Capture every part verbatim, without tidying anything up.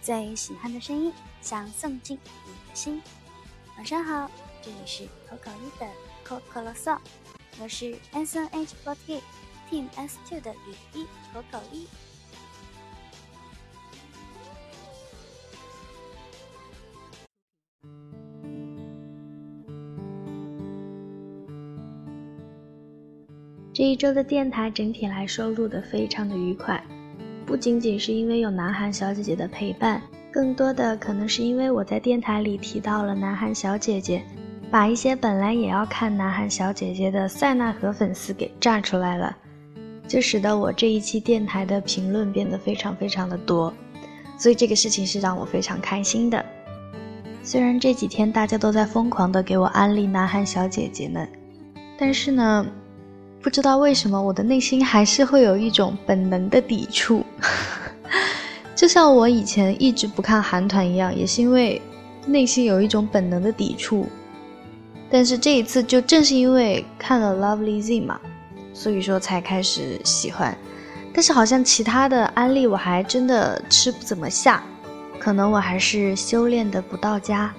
最喜欢的声音，想送进你的心。晚上好，这里是口口一的口口啰嗦，我是 S N H 四十八 Team S 二 的雨一口口一。 这一周的电台整体来说录得非常的愉快，不仅仅是因为有南韩小姐姐的陪伴，更多的可能是因为我在电台里提到了南韩小姐姐，把一些本来也要看南韩小姐姐的塞纳河粉丝给炸出来了，这使得我这一期电台的评论变得非常非常的多，所以这个事情是让我非常开心的。虽然这几天大家都在疯狂的给我安利南韩小姐姐们，但是呢不知道为什么我的内心还是会有一种本能的抵触就像我以前一直不看韩团一样，也是因为内心有一种本能的抵触。但是这一次就正是因为看了 Lovely Z 嘛，所以说才开始喜欢。但是好像其他的安利我还真的吃不怎么下，可能我还是修炼的不到家。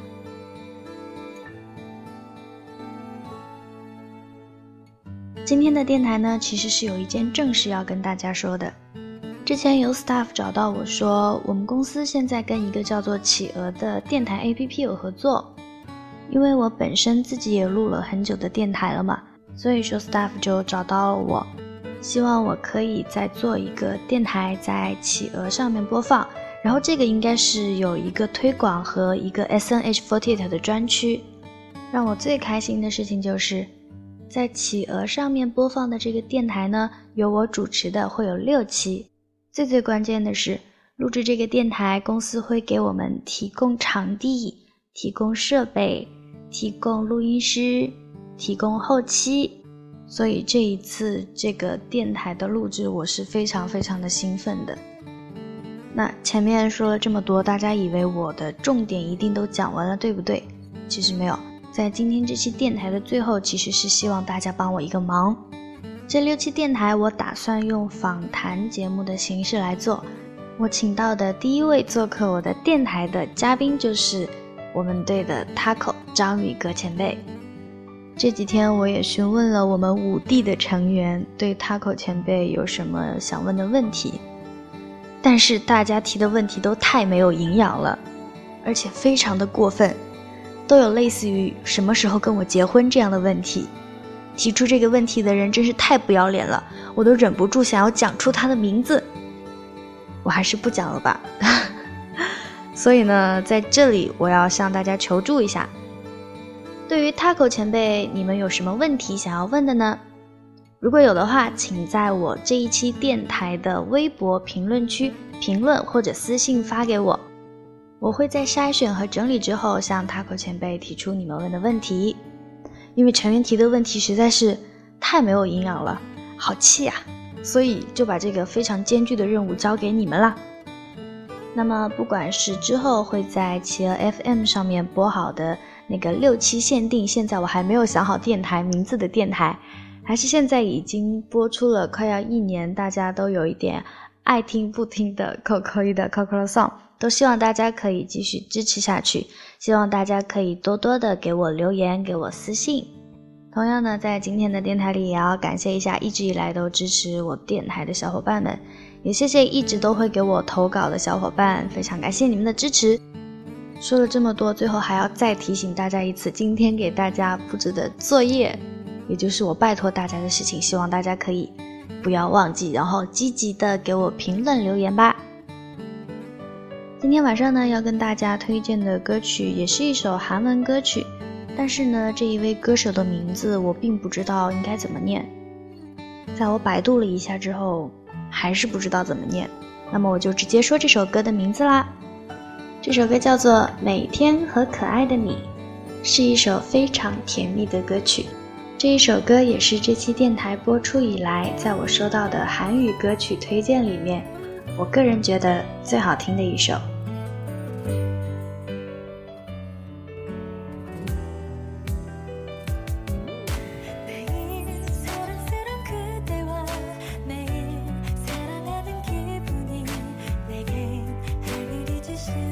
今天的电台呢，其实是有一件正事要跟大家说的。之前有 staff 找到我说，我们公司现在跟一个叫做企鹅的电台 A P P 有合作。因为我本身自己也录了很久的电台了嘛，所以说 staff 就找到了我，希望我可以再做一个电台在企鹅上面播放，然后这个应该是有一个推广和一个 S N H 四十八 的专区。让我最开心的事情就是在企鹅上面播放的这个电台呢，由我主持的会有六期。最最关键的是，录制这个电台公司会给我们提供场地，提供设备，提供录音师，提供后期，所以这一次这个电台的录制我是非常非常的兴奋的。那前面说了这么多，大家以为我的重点一定都讲完了，对不对？其实没有，在今天这期电台的最后，其实是希望大家帮我一个忙。这六期电台我打算用访谈节目的形式来做，我请到的第一位做客我的电台的嘉宾就是我们队的 Taco 张宇哥前辈。这几天我也询问了我们五弟的成员对 Taco 前辈有什么想问的问题，但是大家提的问题都太没有营养了，而且非常的过分，都有类似于什么时候跟我结婚这样的问题。提出这个问题的人真是太不要脸了，我都忍不住想要讲出他的名字，我还是不讲了吧所以呢，在这里我要向大家求助一下，对于 Taco 前辈，你们有什么问题想要问的呢？如果有的话，请在我这一期电台的微博评论区评论或者私信发给我，我会在筛选和整理之后向 Taco 前辈提出你们问的问题。因为成员提的问题实在是太没有营养了，好气啊，所以就把这个非常艰巨的任务交给你们啦。那么不管是之后会在企鹅 F M 上面播好的那个六期限定，现在我还没有想好电台名字的电台，还是现在已经播出了快要一年，大家都有一点爱听不听的口口一的 Coco Song， 都希望大家可以继续支持下去，希望大家可以多多的给我留言，给我私信。同样呢，在今天的电台里也要感谢一下一直以来都支持我电台的小伙伴们，也谢谢一直都会给我投稿的小伙伴，非常感谢你们的支持。说了这么多，最后还要再提醒大家一次，今天给大家布置的作业，也就是我拜托大家的事情，希望大家可以不要忘记，然后积极的给我评论留言吧。今天晚上呢，要跟大家推荐的歌曲也是一首韩文歌曲，但是呢，这一位歌手的名字我并不知道应该怎么念，在我百度了一下之后还是不知道怎么念，那么我就直接说这首歌的名字啦。这首歌叫做《每天和可爱的你》，是一首非常甜蜜的歌曲。这一首歌也是这期电台播出以来，在我收到的韩语歌曲推荐里面，我个人觉得最好听的一首。 是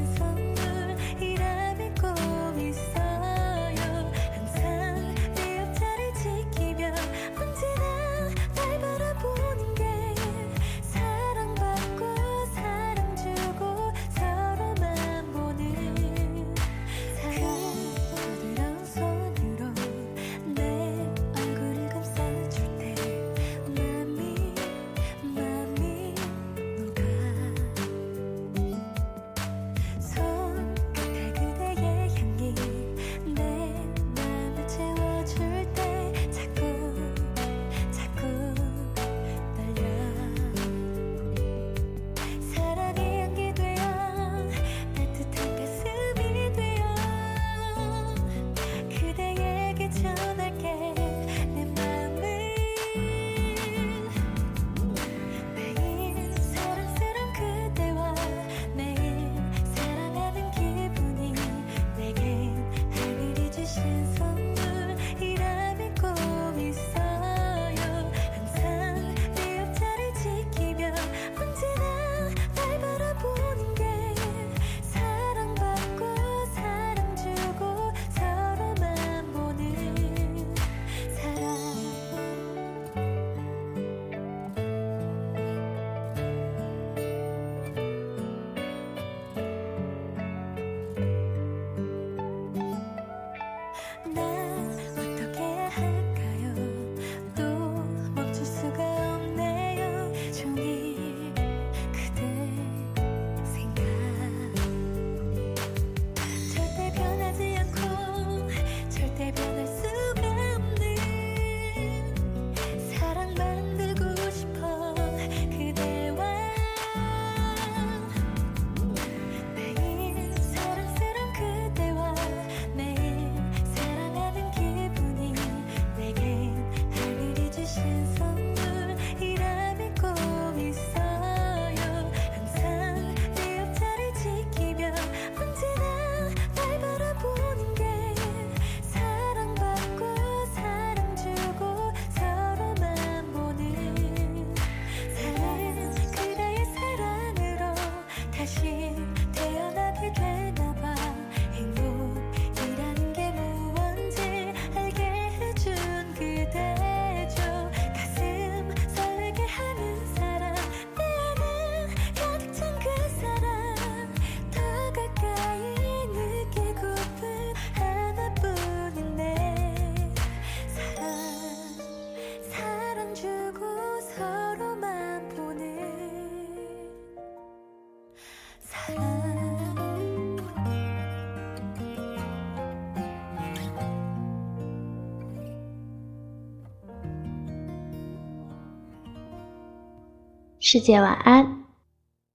世界晚安。